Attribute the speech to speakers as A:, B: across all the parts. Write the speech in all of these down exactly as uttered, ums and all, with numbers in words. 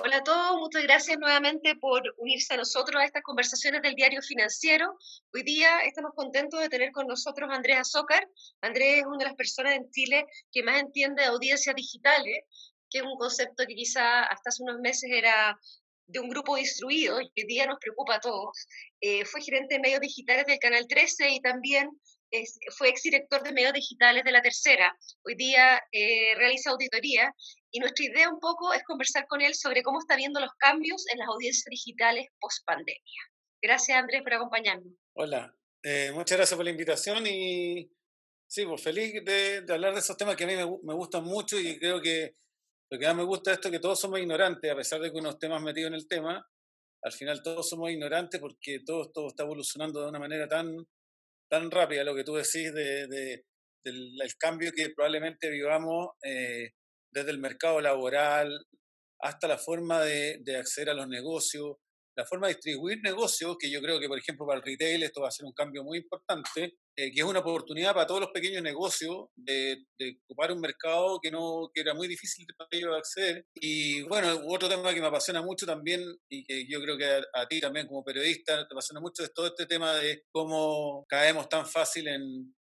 A: Hola a todos, muchas gracias nuevamente por unirse a nosotros a estas conversaciones del Diario Financiero. Hoy día estamos contentos de tener con nosotros a Andrés Azócar. Andrés es una de las personas en Chile que más entiende de audiencias digitales, que es un concepto que quizá hasta hace unos meses era de un grupo instruido y hoy día nos preocupa a todos. Eh, fue gerente de medios digitales del Canal trece y también es- fue exdirector de medios digitales de La Tercera. Hoy día eh, realiza auditoría y nuestra idea un poco es conversar con él sobre cómo está viendo los cambios en las audiencias digitales post pandemia. Gracias, Andrés, por acompañarnos.
B: Hola, eh, muchas gracias por la invitación y sí, pues feliz de, de hablar de esos temas que a mí me, gu- me gustan mucho y creo que lo que más me gusta de esto es que todos somos ignorantes, a pesar de que uno esté más metido en el tema, al final todos somos ignorantes porque todo esto está evolucionando de una manera tan, tan rápida, lo que tú decís de, de- del el cambio que probablemente vivamos eh, desde el mercado laboral hasta la forma de, de acceder a los negocios, la forma de distribuir negocios, que yo creo que, por ejemplo, para el retail esto va a ser un cambio muy importante, eh, que es una oportunidad para todos los pequeños negocios de, de ocupar un mercado que, no, que era muy difícil para ellos acceder. Y bueno, otro tema que me apasiona mucho también, y que yo creo que a, a ti también como periodista te apasiona mucho, es todo este tema de cómo caemos tan fácil en,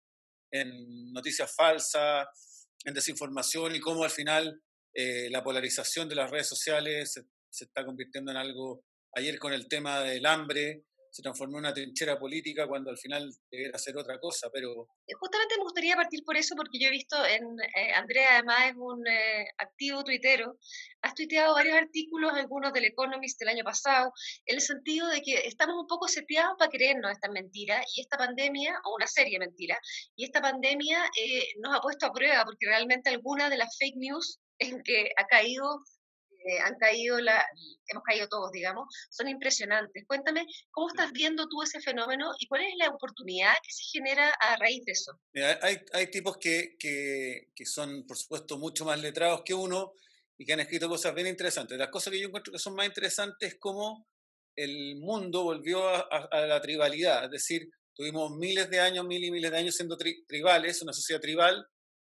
B: en noticias falsas, en desinformación y cómo al final eh, la polarización de las redes sociales se, se está convirtiendo en algo, ayer con el tema del hambre, se transformó en una trinchera política cuando al final debería ser otra cosa, pero
A: Eh, Justamente me gustaría partir por eso, porque yo he visto en eh, Andrea, además es un eh, activo tuitero, has tuiteado varios artículos, algunos del Economist del año pasado, en el sentido de que estamos un poco seteados para creernos estas mentiras y esta pandemia, o una serie de mentiras, y esta pandemia eh, nos ha puesto a prueba, porque realmente algunas de las fake news en que ha caído, eh, han caído, la, hemos caído todos, digamos, son impresionantes. Cuéntame, ¿cómo estás viendo tú ese fenómeno y cuál es la oportunidad que se genera a raíz de eso?
B: mira, hay, hay tipos que, que, que son, por supuesto, mucho más letrados que uno y que han escrito cosas bien interesantes. Las cosas que yo encuentro que son más interesantes es cómo el mundo volvió a, a, a la tribalidad, es decir, tuvimos miles de años, mil y miles de años siendo tri, tribales, una sociedad tribal,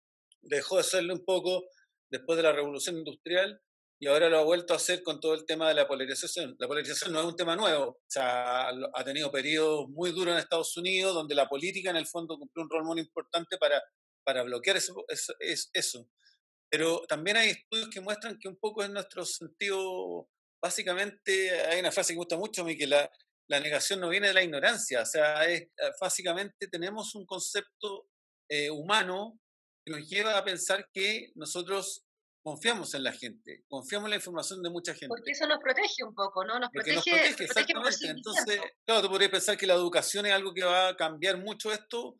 B: dejó de serlo un poco después de la revolución industrial y ahora lo ha vuelto a hacer con todo el tema de la polarización. La polarización no es un tema nuevo, o sea, ha tenido periodos muy duros en Estados Unidos donde la política en el fondo cumplió un rol muy importante para, para bloquear eso, eso, eso. Pero también hay estudios que muestran que un poco en nuestro sentido, básicamente hay una frase que me gusta mucho a mí, que la, la negación no viene de la ignorancia, o sea, es, básicamente tenemos un concepto eh, humano que nos lleva a pensar que nosotros confiamos en la gente, confiamos en la información de mucha
A: Porque
B: gente,
A: eso nos protege un poco, ¿no? Nos
B: porque nos
A: protege, nos
B: protege
A: protege por
B: exactamente. Entonces,
A: recibimiento.
B: claro, tú podrías pensar que la educación es algo que va a cambiar mucho esto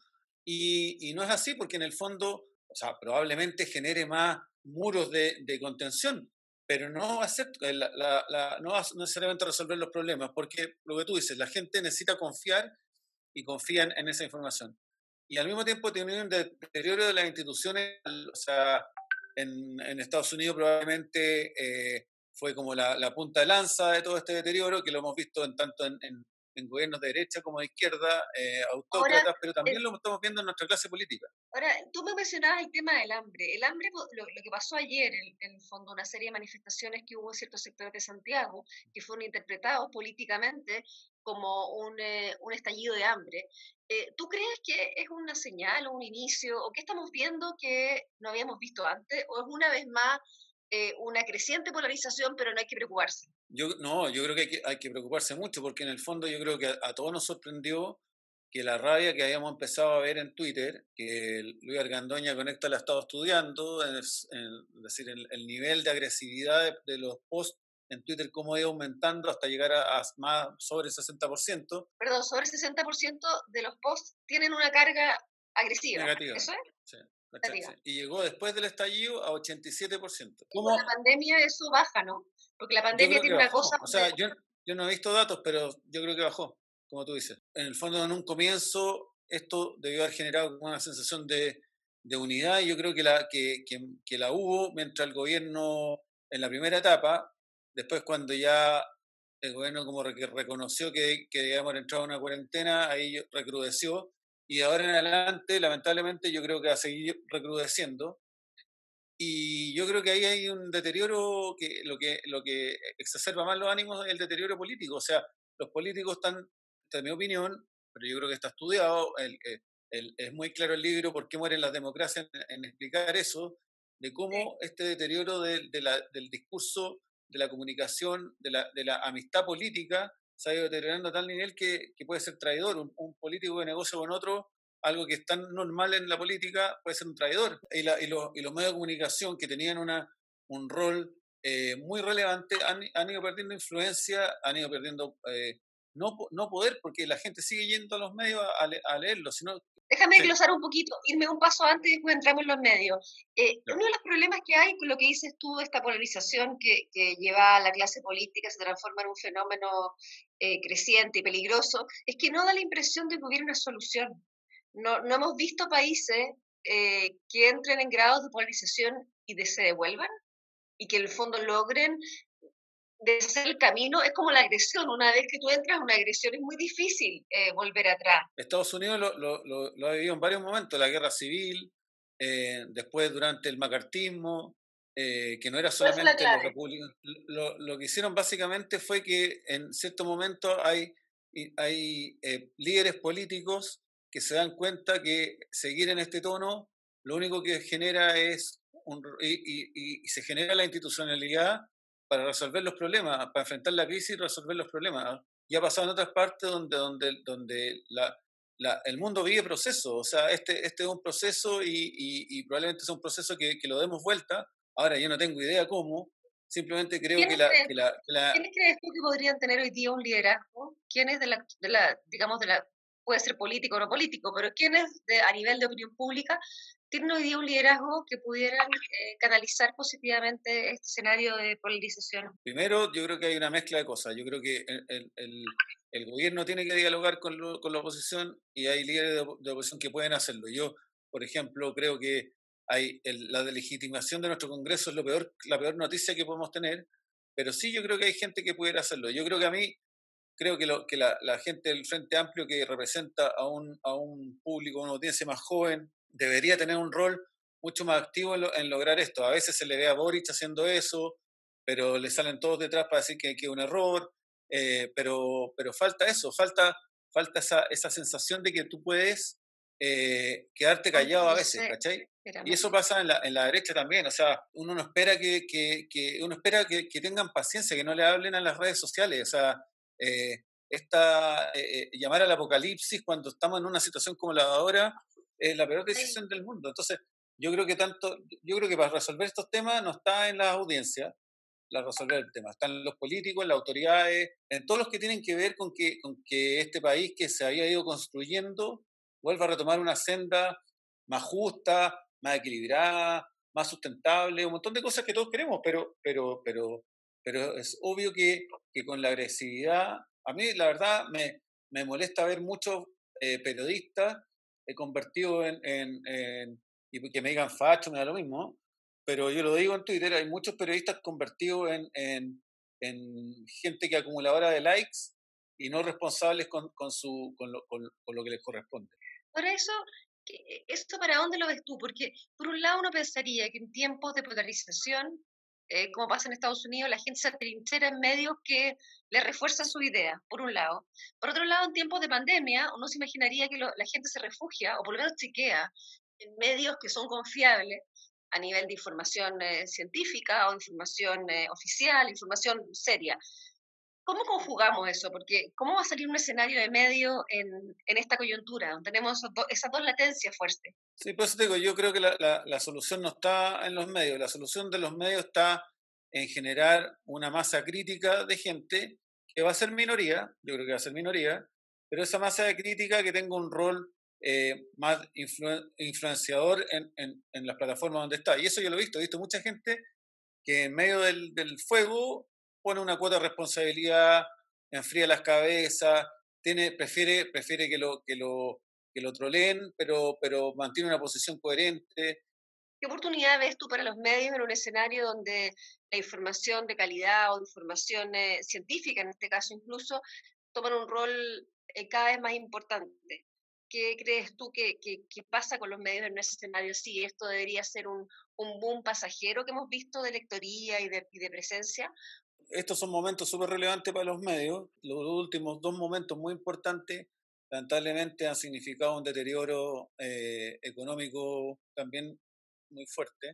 B: y, y no es así, porque en el fondo, o sea, probablemente genere más muros de, de contención, pero no va a ser, la, la, la, no va necesariamente a resolver los problemas, porque lo que tú dices, la gente necesita confiar y confían en esa información. Y al mismo tiempo tiene un deterioro de las instituciones, o sea, en, en Estados Unidos probablemente eh, fue como la, la, punta de lanza de todo este deterioro, que lo hemos visto en tanto en, en, en gobiernos de derecha como de izquierda, eh,
A: Ahora,
B: autócratas, pero
A: eh,
B: también lo estamos viendo en nuestra clase política.
A: ahora, tú me mencionabas el tema del hambre. El hambre, po- lo, lo que pasó ayer, en, en el fondo, una serie de manifestaciones que hubo en ciertos sectores de Santiago, que fueron interpretados políticamente como un, eh, un estallido de hambre. Eh, ¿Tú crees que es una señal o un inicio, o que estamos viendo que no habíamos visto antes, o es una vez más eh, una creciente polarización, pero no hay que preocuparse?
B: Yo, no, yo creo que hay, que hay que preocuparse mucho porque en el fondo yo creo que a, a todos nos sorprendió que la rabia que habíamos empezado a ver en Twitter, que Luis Argandoña Conecta la ha estado estudiando, es, en, es decir, el, el, nivel de agresividad de, de, los posts en Twitter, cómo ha ido aumentando hasta llegar a, a más sobre el sesenta por ciento.
A: Perdón, sobre el sesenta por ciento de los posts tienen una carga agresiva.
B: Negativa.
A: ¿Eso es?
B: Sí,
A: Negativa.
B: sí. Y llegó después del estallido a ochenta y siete por ciento.
A: Y con la
B: ¿Cómo?
A: pandemia eso baja, ¿no? Porque la
B: Yo
A: pandemia
B: creo que
A: tiene una cosa
B: bajó. O
A: donde
B: sea, yo, yo no he visto datos, pero yo creo que bajó, como tú dices. En el fondo, en un comienzo, esto debió haber generado una sensación de, de unidad y yo creo que la, que, que, que la hubo mientras el gobierno, en la primera etapa, después cuando ya el gobierno como que reconoció que, que debíamos haber entrado en una cuarentena, ahí recrudeció y de ahora en adelante, lamentablemente, yo creo que va a seguir recrudeciendo. Y y yo creo que ahí hay un deterioro que lo que, lo que exacerba más los ánimos es el deterioro político. O sea, los políticos están, esta es mi opinión, pero yo creo que está estudiado, el, el- el- es muy claro el libro ¿Por qué mueren las democracias? En, en explicar eso, de
A: Sí.
B: cómo este deterioro de, de la, del discurso, de la comunicación, de la, de la amistad política, se ha ido deteriorando a tal nivel que, que puede ser traidor. Un, un político que negocia con otro algo que es tan normal en la política puede ser un traidor. Y, la, y, los, y los medios de comunicación que tenían una, un rol eh, muy relevante han, han, ido perdiendo influencia, han ido perdiendo eh, no, no poder, porque la gente sigue yendo a los medios a, a leerlo, sino...
A: Déjame
B: Sí,
A: glosar un poquito, irme un paso antes y después entramos en los medios. Eh,
B: claro.
A: uno de los problemas que hay con lo que dices tú, esta polarización que, que lleva a la clase política, se transforma en un fenómeno eh, creciente y peligroso, es que no da la impresión de que hubiera una solución. No, no hemos visto países eh, que entren en grados de polarización y de se devuelvan y que en el fondo logren de ser el camino. Es como la agresión, una vez que tú entras en una agresión es muy difícil eh, volver atrás.
B: Estados Unidos lo, lo, lo, lo ha vivido en varios momentos, la guerra civil, eh, después durante el macartismo, eh, que no era
A: ¿Cuál fue la
B: solamente los
A: clave?
B: republicanos. Lo, lo que hicieron básicamente fue que en cierto momento hay, hay eh, líderes políticos que se dan cuenta que seguir en este tono lo único que genera es, un, y, y, y se genera la institucionalidad para resolver los problemas, para enfrentar la crisis y resolver los problemas. Y ha pasado en otras partes donde, donde, donde la, la, el mundo vive procesos. O sea, este, este es un proceso y, y, y probablemente es un proceso que, que, lo demos vuelta. Ahora, yo no tengo idea cómo. Simplemente creo que
A: ¿Quiénes
B: la,
A: crees,
B: que la, que la...
A: ¿quiénes crees tú que podrían tener hoy día un liderazgo? ¿Quiénes de la, de la digamos, de la, puede ser político o no político, pero quiénes de, a nivel de opinión pública tienen hoy día un liderazgo que pudieran eh, canalizar positivamente este escenario de polarización?
B: Primero, yo creo que hay una mezcla de cosas. Yo creo que el, el, el, el gobierno tiene que dialogar con, lo, con la oposición y hay líderes de, de oposición que pueden hacerlo. Yo, por ejemplo, creo que hay el, la delegitimación de nuestro Congreso es lo peor, la peor noticia que podemos tener, pero sí yo creo que hay gente que pudiera hacerlo. Yo creo que a mí, creo que, lo, que la, la gente del Frente Amplio que representa a un, a un público, una audiencia más joven, debería tener un rol mucho más activo en, lo, en lograr esto. A veces se le ve a Boric haciendo eso, pero le salen todos detrás para decir que, que es un error, eh, pero, pero falta eso, falta, falta esa, esa sensación de que tú puedes eh, quedarte callado a veces, ¿cachai? Y eso pasa en la, en la derecha también, o sea, uno no espera que, que, que uno espera que, que, tengan paciencia, que no le hablen a las redes sociales, o sea, eh, esta, eh, llamar al apocalipsis cuando estamos en una situación como la de ahora es la peor decisión del mundo. Entonces, yo creo que tanto, yo creo que para resolver estos temas no está en las audiencias, la resolver el tema. Están los políticos, las autoridades, en todos los que tienen que ver con que, con que este país que se había ido construyendo vuelva a retomar una senda más justa, más equilibrada, más sustentable, un montón de cosas que todos queremos, pero, pero, pero, pero es obvio que, que con la agresividad, a mí la verdad me, me molesta ver muchos eh, periodistas eh, convertidos en, en, en, y que me digan facho, me da lo mismo, pero yo lo digo en Twitter, hay muchos periodistas convertidos en, en, en gente que acumuladora de likes y no responsables con, con, su, con, lo, con, con lo que les corresponde.
A: Por eso, ¿esto para dónde lo ves tú? Porque por un lado uno pensaría que en tiempos de polarización, eh, como pasa en Estados Unidos, la gente se atrinchera en medios que le refuerzan su idea, por un lado. Por otro lado, en tiempos de pandemia, uno se imaginaría que lo, la gente se refugia, o por lo menos chequea, en medios que son confiables a nivel de información eh, científica o información eh, oficial, información seria. ¿Cómo conjugamos eso? Porque ¿cómo va a salir un escenario de medio en, en esta coyuntura, donde tenemos esos do, esas dos latencias fuertes?
B: Sí, por eso te digo, yo creo que la, la, la solución no está en los medios, la solución de los medios está en generar una masa crítica de gente que va a ser minoría, yo creo que va a ser minoría, pero esa masa de crítica que tenga un rol eh, más influ, influenciador en, en, en las plataformas donde está. Y eso yo lo he visto, he visto mucha gente que en medio del, del fuego pone una cuota de responsabilidad, enfría las cabezas, tiene, prefiere, prefiere que lo, que lo, que lo troleen, pero, pero mantiene una posición coherente.
A: ¿Qué oportunidad ves tú para los medios en un escenario donde la información de calidad o información eh, científica, en este caso incluso, toman un rol eh, cada vez más importante? ¿Qué crees tú que, que, que pasa con los medios en ese escenario? Sí, esto debería ser un, un boom pasajero que hemos visto de lectoría y de, y de presencia.
B: Estos son momentos súper relevantes para los medios. Los últimos dos momentos muy importantes, lamentablemente, han significado un deterioro eh, económico también muy fuerte,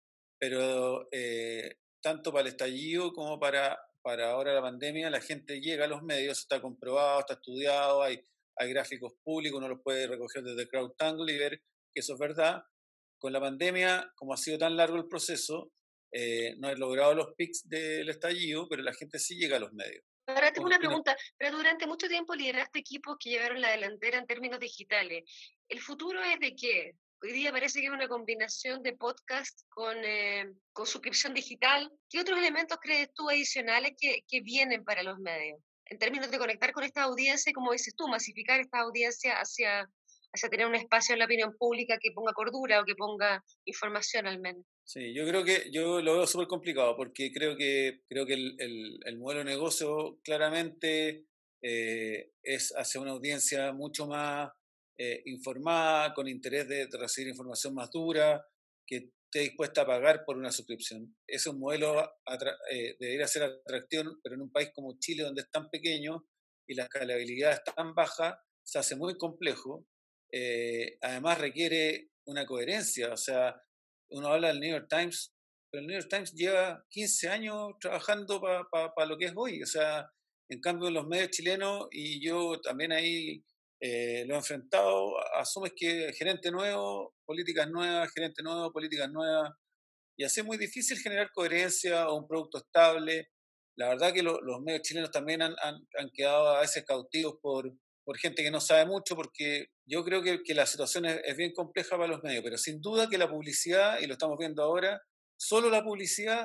B: pero eh, tanto para el estallido como para, para ahora la pandemia, la gente llega a los medios, está comprobado, está estudiado, hay, hay gráficos públicos, uno los puede recoger desde CrowdTangle y ver que eso es verdad. Con la pandemia, como ha sido tan largo el proceso, eh, no he logrado los pics del estallido, pero la gente sí llega a los medios.
A: Ahora tengo una pregunta, pero durante mucho tiempo lideraste equipos que llevaron la delantera en términos digitales. ¿El futuro es de qué? Hoy día parece que es una combinación de podcast con, eh, con suscripción digital. ¿Qué otros elementos crees tú adicionales que, que vienen para los medios? En términos de conectar con esta audiencia, como dices tú, masificar esta audiencia hacia, hacia tener un espacio en la opinión pública que ponga cordura o que ponga información al menos.
B: Sí, yo creo que yo lo veo súper complicado porque creo que, creo que el, el, el modelo de negocio claramente eh, es hacia una audiencia mucho más eh, informada, con interés de, de recibir información más dura, que esté dispuesta a pagar por una suscripción. Ese es un modelo atra eh, debería ser atractivo, pero en un país como Chile, donde es tan pequeño y la escalabilidad es tan baja, se hace muy complejo. Eh, además requiere una coherencia, o sea, uno habla del New York Times, pero el New York Times lleva quince años trabajando para pa, pa lo que es hoy. O sea, en cambio, los medios chilenos, y yo también ahí eh, lo he enfrentado, asumes que gerente nuevo, políticas nuevas, gerente nuevo, políticas nuevas, y así es muy difícil generar coherencia o un producto estable. La verdad que lo, los medios chilenos también han, han, han, quedado a veces cautivos por, por gente que no sabe mucho, porque yo creo que, que la situación es, es bien compleja para los medios, pero sin duda que la publicidad, y lo estamos viendo ahora, solo la publicidad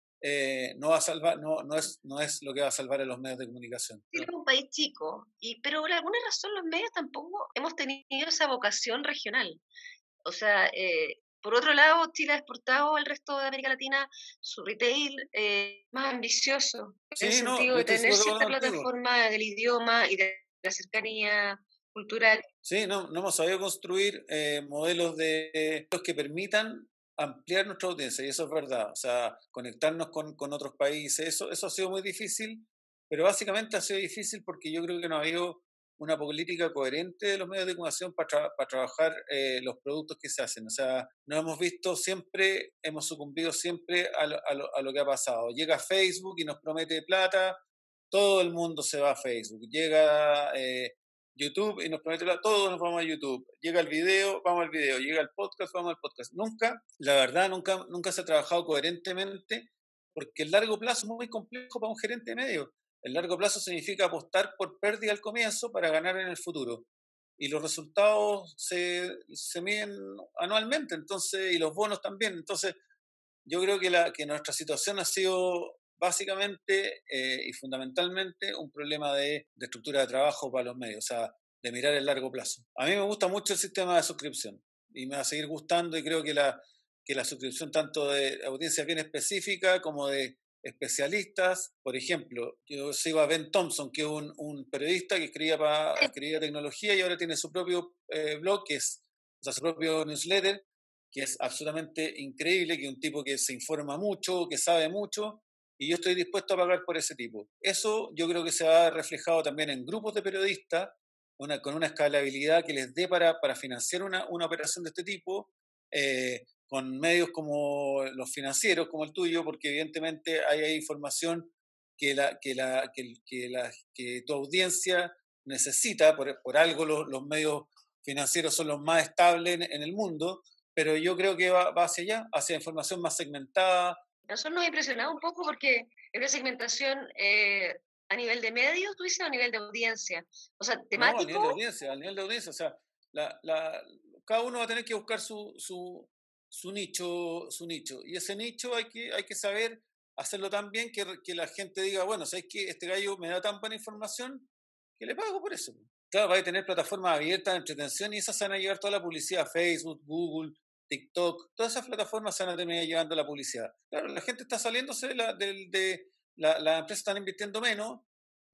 B: eh, no va a salvar, no, no, es, no es lo que va a salvar a los medios de comunicación.
A: Chile es un país chico, y, pero por alguna razón los medios tampoco hemos tenido esa vocación regional. O sea, eh, por otro lado, Chile ha exportado al resto de América Latina su retail eh, más ambicioso, en el
B: Sí, no,
A: sentido
B: yo
A: de
B: estoy
A: tener
B: súper de
A: cierta
B: acuerdo contigo.
A: plataforma del idioma y de la cercanía cultural.
B: Sí, no, no hemos sabido construir eh, modelos de los que permitan ampliar nuestra audiencia, y eso es verdad. O sea, conectarnos con, con otros países, eso, eso ha sido muy difícil, pero básicamente ha sido difícil porque yo creo que no ha habido una política coherente de los medios de comunicación para, tra para trabajar eh, los productos que se hacen. O sea, no hemos visto siempre, hemos sucumbido siempre a lo, a lo, a lo que ha pasado. Llega Facebook y nos promete plata, todo el mundo se va a Facebook. Llega... Eh, YouTube y nos promete la, todos nos vamos a YouTube. Llega el video, vamos al video. Llega el podcast, vamos al podcast. Nunca, la verdad, nunca, nunca se ha trabajado coherentemente porque el largo plazo es muy complejo para un gerente de medio. El largo plazo significa apostar por pérdida al comienzo para ganar en el futuro. Y los resultados se, se miden anualmente, entonces, y los bonos también. Entonces, yo creo que, la, que nuestra situación ha sido básicamente eh, y fundamentalmente un problema de, de estructura de trabajo para los medios, o sea, de mirar el largo plazo. A mí me gusta mucho el sistema de suscripción y me va a seguir gustando, y creo que la, que la suscripción tanto de audiencia bien específica como de especialistas. Por ejemplo, yo sigo a Ben Thompson, que es un, un periodista que escribía, para, escribía tecnología y ahora tiene su propio eh, blog, que es, o sea, su propio newsletter, que es absolutamente increíble, que es un tipo que se informa mucho, que sabe mucho, y yo estoy dispuesto a pagar por ese tipo. Eso yo creo que se va reflejado también en grupos de periodistas, una, con una escalabilidad que les dé para, para financiar una, una operación de este tipo, eh, con medios como los financieros, como el tuyo, porque evidentemente hay, hay información que, la, que, la, que, que, la, que tu audiencia necesita, por, por algo los, los medios financieros son los más estables en, en el mundo, pero yo creo que va, va hacia allá, hacia información más segmentada.
A: Nosotros nos ha impresionado un poco porque es una segmentación eh, a nivel de medios, tú dices, o a nivel de audiencia. O sea,
B: No, a nivel de
A: temático.
B: audiencia, a nivel de audiencia, o sea, la, la, cada uno va a tener que buscar su, su, su nicho, su nicho, y ese nicho hay que, hay que saber hacerlo tan bien que, que la gente diga, bueno, ¿sabes qué? Este gallo me da tan buena información que le pago por eso. Claro, va a tener plataformas abiertas de entretención y esas se van a llevar toda la publicidad, Facebook, Google, TikTok, todas esas plataformas se van a terminar llevando la publicidad. Claro, la gente está saliéndose de la, de, de la, las empresas están invirtiendo menos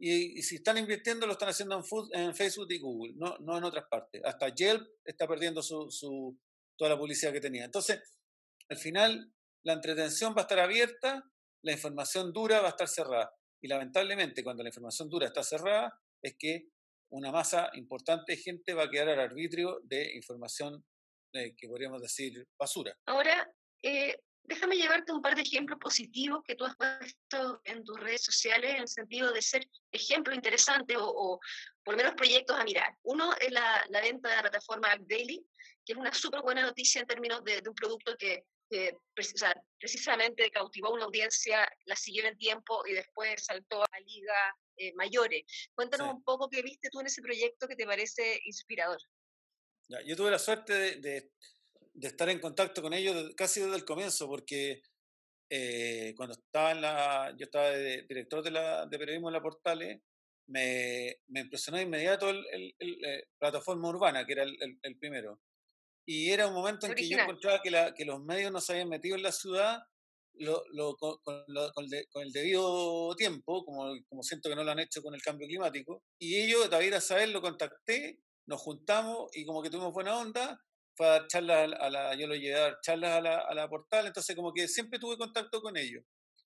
B: Y, y si están invirtiendo, lo están haciendo en, food, en Facebook y Google, no, no en otras partes. Hasta Yelp está perdiendo su, su, toda la publicidad que tenía. Entonces, al final, la entretención va a estar abierta, la información dura va a estar cerrada. Y lamentablemente, cuando la información dura está cerrada, es que una masa importante de gente va a quedar al arbitrio de información eh, que podríamos decir basura.
A: Ahora, eh, déjame llevarte un par de ejemplos positivos que tú has puesto en tus redes sociales en el sentido de ser ejemplo interesante o, o por lo menos proyectos a mirar. Uno es la, la venta de la plataforma Daily, que es una súper buena noticia en términos de, de un producto que, que o sea, precisamente cautivó a una audiencia, la siguió en el tiempo y después saltó a ligas eh, mayores. Cuéntanos
B: Sí.
A: un poco qué viste tú en ese proyecto que te parece inspirador.
B: Ya, yo tuve la suerte de, de, de estar en contacto con ellos casi desde el comienzo, porque eh, cuando estaba en la, yo estaba de, director de, la, de periodismo en la Portales, me, me impresionó de inmediato el, el, el, el plataforma urbana, que era el, el, el primero. Y era un momento en que yo
A: Original.
B: encontraba que, la, que los medios no se habían metido en la ciudad lo, lo, con, con, lo, con, el de, con, el debido tiempo, como, como siento que no lo han hecho con el cambio climático. Y ellos, David Azael, lo contacté, nos juntamos y como que tuvimos buena onda, fue a dar charlas a la, yo lo llevé a dar charlas a la, a la Portal, entonces como que siempre tuve contacto con ellos.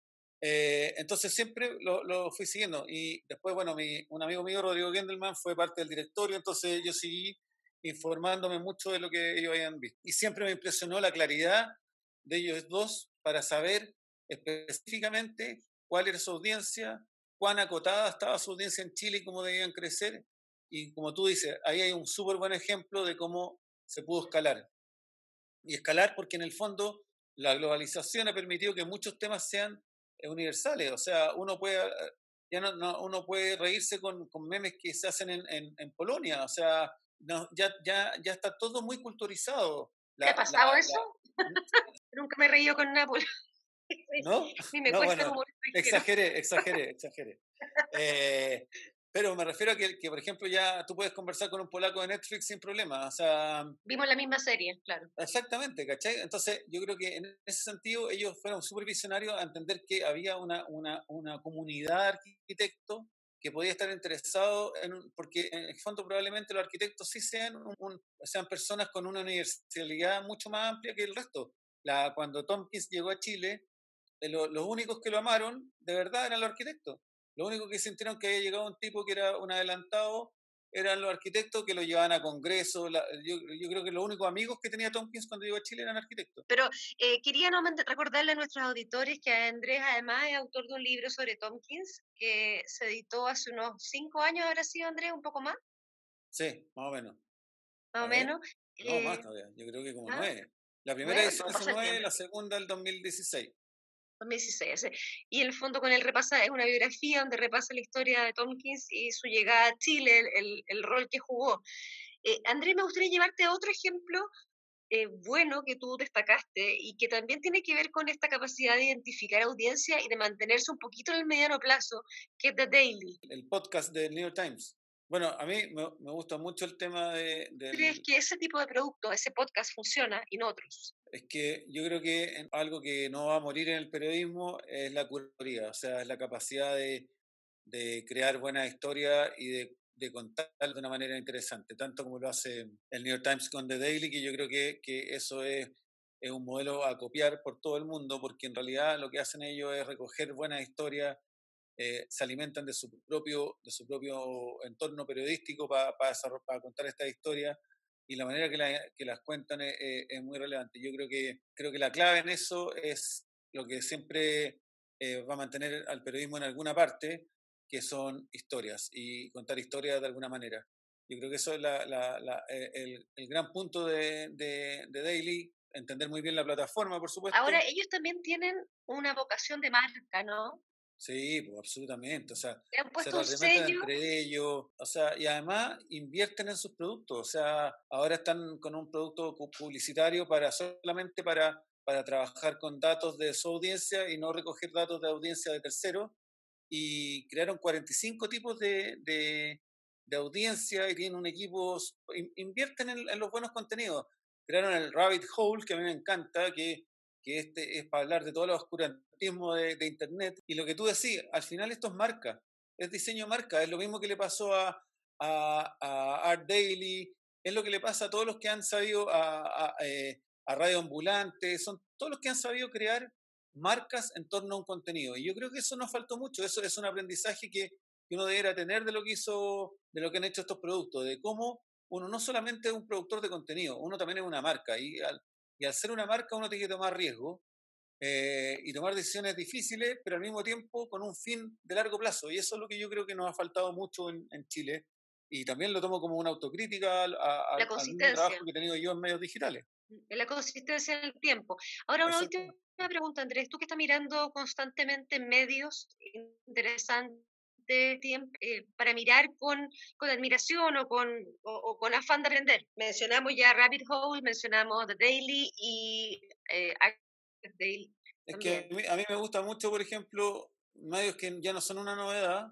B: Eh, entonces siempre lo, lo, fui siguiendo. Y después, bueno, mi, un amigo mío, Rodrigo Gendelman, fue parte del directorio, entonces yo seguí informándome mucho de lo que ellos habían visto. Y siempre me impresionó la claridad de ellos dos para saber específicamente cuál era su audiencia, cuán acotada estaba su audiencia en Chile y cómo debían crecer. Y como tú dices, ahí hay un súper buen ejemplo de cómo se pudo escalar. Y escalar porque en el fondo la globalización ha permitido que muchos temas sean universales. O sea, uno puede, ya no, no, uno puede reírse con, con memes que se hacen en, en, en Polonia. O sea, no, ya, ya, ya está todo muy culturizado.
A: ¿Te ha
B: La,
A: pasado
B: la,
A: eso?
B: la...
A: Nunca me he reído con Nápoles.
B: ¿No?
A: Ni me
B: No,
A: cuentan
B: bueno,
A: humor extranjero.
B: exageré, exageré, exageré. Eh, pero me refiero a que, que, por ejemplo, ya tú puedes conversar con un polaco de Netflix sin problema. O sea,
A: vimos la misma serie, claro.
B: Exactamente, ¿cachai? Entonces, yo creo que en ese sentido ellos fueron súper visionarios a entender que había una, una, una comunidad de arquitectos que podía estar interesado en un, porque en el fondo probablemente los arquitectos sí sean, un, un, sean personas con una universalidad mucho más amplia que el resto. La, cuando Tompkins llegó a Chile, eh, lo, los únicos que lo amaron de verdad eran los arquitectos. Los únicos que sintieron que había llegado un tipo que era un adelantado eran los arquitectos que lo llevaban a congresos. La, yo, yo, creo que los únicos amigos que tenía Tompkins cuando llegó a Chile eran arquitectos.
A: Pero eh, quería nuevamente recordarle a nuestros auditores que Andrés además es autor de un libro sobre Tompkins que se editó hace unos cinco años, ¿habrá sido, Andrés, un poco más?
B: Sí, más o menos.
A: Más
B: A
A: o
B: ver,
A: menos.
B: no, más
A: Eh,
B: todavía. Yo creo que como
A: ¿ah?
B: nueve. La primera
A: Nueve,
B: edición
A: no,
B: es
A: pasa
B: el
A: el
B: nueve,
A: tiempo.
B: la segunda el dos mil dieciséis.
A: dos mil dieciséis. Y en el fondo con él repasa, es una biografía donde repasa la historia de Tompkins y su llegada a Chile, el, el, el rol que jugó. Eh, Andrés, me gustaría llevarte a otro ejemplo eh, bueno que tú destacaste y que también tiene que ver con esta capacidad de identificar audiencia y de mantenerse un poquito en el mediano plazo, que es The Daily.
B: El podcast del New York Times. Bueno, a mí me, me gusta mucho el tema de, del...
A: ¿Crees que ese tipo de producto, ese podcast funciona y no otros?
B: Es que yo creo que algo que no va a morir en el periodismo es la curaduría, o sea, es la capacidad de, de crear buenas historias y de, de contar de una manera interesante, tanto como lo hace el New York Times con The Daily, que yo creo que, que eso es, es un modelo a copiar por todo el mundo, porque en realidad lo que hacen ellos es recoger buenas historias, eh, se alimentan de su propio, de su propio entorno periodístico para pa pa contar estas historias y la manera que, la, que las cuentan es, es, es, muy relevante. Yo creo que, creo que la clave en eso es lo que siempre eh, va a mantener al periodismo en alguna parte, que son historias y contar historias de alguna manera. Yo creo que eso es la, la, la, el, el, gran punto de, de, de Daily, entender muy bien la plataforma, por supuesto.
A: Ahora, ellos también tienen una vocación de marca, ¿no?
B: Sí, pues absolutamente, o sea,
A: Le han
B: se
A: puesto un
B: retroalimentan
A: sello.
B: entre ellos, o sea, y además invierten en sus productos, o sea, ahora están con un producto publicitario para solamente para, para trabajar con datos de su audiencia y no recoger datos de audiencia de terceros, y crearon cuarenta y cinco tipos de, de, de audiencia y tienen un equipo, invierten en, en los buenos contenidos, crearon el Rabbit Hole, que a mí me encanta, que que este es para hablar de todo el oscurantismo de, de Internet. Y lo que tú decís, al final esto es marca. es diseño de marca. Es lo mismo que le pasó a, a, a Art Daily, es lo que le pasa a todos los que han sabido, a, a, eh, a Radio Ambulante, son todos los que han sabido crear marcas en torno a un contenido. Y yo creo que eso nos faltó mucho. Eso es un aprendizaje que, que uno debería tener de lo que hizo, de lo que han hecho estos productos, de cómo uno no solamente es un productor de contenido, uno también es una marca. Y al, y al ser una marca uno tiene que tomar riesgo eh, y tomar decisiones difíciles, pero al mismo tiempo con un fin de largo plazo. Y eso es lo que yo creo que nos ha faltado mucho en, en Chile. Y también lo tomo como una autocrítica al, a,
A: La
B: al mismo trabajo
A: consistencia.
B: que he tenido yo en medios digitales.
A: La consistencia en el tiempo. Ahora, una última
B: Exactamente.
A: pregunta, Andrés. Tú que estás mirando constantemente medios interesantes tiempo, eh, para mirar con, con admiración o con, o, o con afán de aprender. Mencionamos ya Rabbit Hole, mencionamos The Daily y eh, Access Daily
B: Es que
A: también.
B: a mí, a mí me gusta mucho, por ejemplo, medios que ya no son una novedad,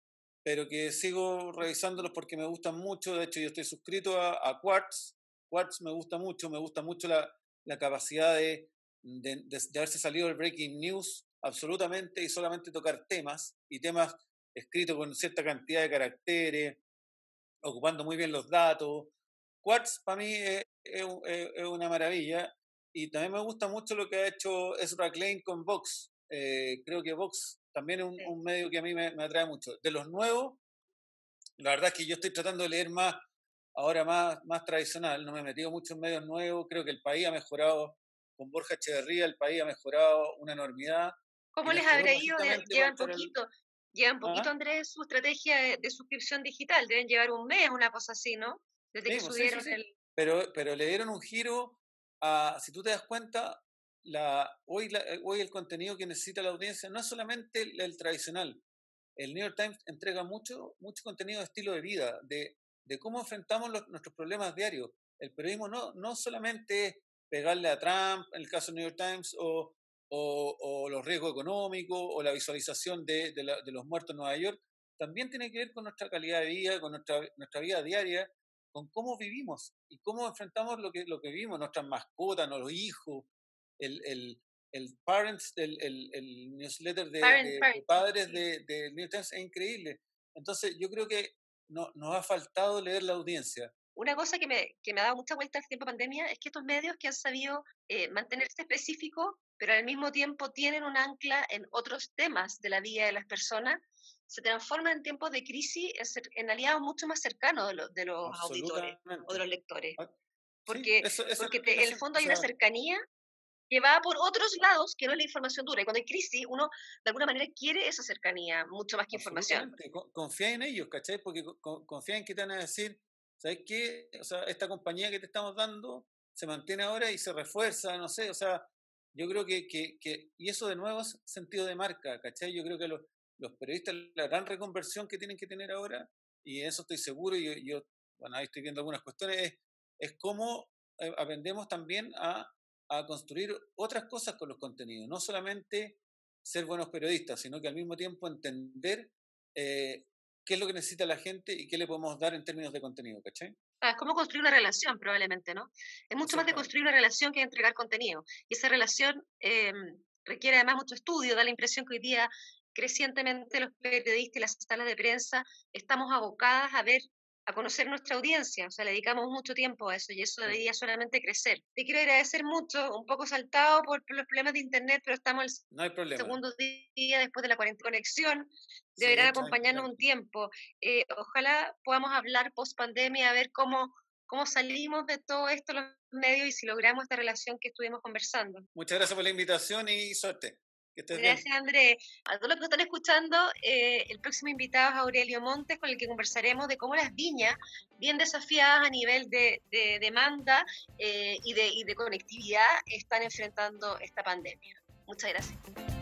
B: pero que sigo revisándolos porque me gustan mucho. De hecho, yo estoy suscrito a, a Quartz. Quartz me gusta mucho, me gusta mucho la, la capacidad de, de, de, de haberse salido del breaking news absolutamente y solamente tocar temas, y temas escritos con cierta cantidad de caracteres, ocupando muy bien los datos. Quartz para mí es, es, es una maravilla. Y también me gusta mucho lo que ha hecho Ezra Klein con Vox. Eh, creo que Vox también es un,
A: Sí.
B: un medio que a mí me, me atrae mucho. De los nuevos, la verdad es que yo estoy tratando de leer más, ahora más, más tradicional. No me he metido mucho en medios nuevos. Creo que el país ha mejorado, con Borja Echeverría, el país ha mejorado una enormidad. Y
A: ¿Cómo les
B: mejoró
A: habrá ido? De-
B: precisamente
A: Llevan
B: porque era el...
A: poquito, llevan poquito,
B: ¿Ah?
A: Andrés, su estrategia de, de suscripción digital. Deben llevar un mes, una cosa así, ¿no? Desde
B: Sí,
A: que
B: pues sí, sí,
A: subieron
B: sí.
A: el...
B: Pero, pero le dieron un giro a, si tú te das cuenta, la, hoy, la, hoy el contenido que necesita la audiencia no es solamente el, el tradicional. El New York Times entrega mucho, mucho contenido de estilo de vida, de, de cómo enfrentamos los, nuestros problemas diarios. El periodismo no, no solamente es pegarle a Trump, en el caso del New York Times, o, o, o los riesgos económicos, o la visualización de, de, la, de los muertos en Nueva York, también tiene que ver con nuestra calidad de vida, con nuestra, nuestra vida diaria, con cómo vivimos y cómo enfrentamos lo que, lo que vivimos, nuestras mascotas, los hijos, el, el, el Parents, el, el, el newsletter de,
A: Parent,
B: de, de
A: parenting,
B: padres
A: sí.
B: de, de New York Times es increíble. Entonces yo creo que no, nos ha faltado leer la audiencia.
A: Una cosa que me, que me ha dado mucha vuelta al tiempo de pandemia es que estos medios que han sabido eh, mantenerse específicos, pero al mismo tiempo tienen un ancla en otros temas de la vida de las personas, se transforman en tiempos de crisis en, cer- en aliados mucho más cercanos de, lo- de los auditores o de
B: Absolutamente.
A: los lectores.
B: Ah, sí,
A: Porque,
B: eso, esa es
A: porque
B: la
A: te- en el
B: explicación.
A: fondo
B: O
A: hay una
B: sea,
A: cercanía que va por otros lados que no es la información dura. Y cuando hay crisis, uno de alguna manera quiere esa cercanía mucho más que información.
B: absolutamente. Con- Confía en ellos, ¿cachai? Porque co- confía en que te van a decir, ¿sabes qué? O sea, esta compañía que te estamos dando se mantiene ahora y se refuerza, no sé, o sea, yo creo que, que, que y eso de nuevo es sentido de marca, ¿cachai? Yo creo que los, los periodistas, la gran reconversión que tienen que tener ahora, y en eso estoy seguro, y yo, yo bueno, ahí estoy viendo algunas cuestiones, es, es cómo eh, aprendemos también a, a construir otras cosas con los contenidos, no solamente ser buenos periodistas, sino que al mismo tiempo entender eh, qué es lo que necesita la gente y qué le podemos dar en términos de contenido, ¿cachai?
A: Ah, es como construir una relación, probablemente, ¿no? Es mucho más de
B: Exactamente.
A: construir una relación que de entregar contenido. Y esa relación eh, requiere además mucho estudio. Da la impresión que hoy día crecientemente los periodistas y las salas de prensa estamos abocadas a ver, a conocer nuestra audiencia. O sea, le dedicamos mucho tiempo a eso y eso
B: Sí.
A: debería solamente crecer. Te quiero agradecer mucho, un poco saltado por, por los problemas de internet, pero estamos el
B: No hay problema.
A: segundo día después de la cuarentena conexión.
B: Sí,
A: Deberán
B: tranqui,
A: acompañarnos un
B: tranqui.
A: tiempo. Eh, ojalá podamos hablar post pandemia, a ver cómo, cómo salimos de todo esto los medios y si logramos esta relación que estuvimos conversando.
B: Muchas gracias por la invitación y suerte. Que estés bien.
A: Gracias, Andrés. A todos los que están escuchando, eh, el próximo invitado es Aurelio Montes, con el que conversaremos de cómo las viñas, bien desafiadas a nivel de, de demanda eh, y, de, y de conectividad, están enfrentando esta pandemia. Muchas gracias.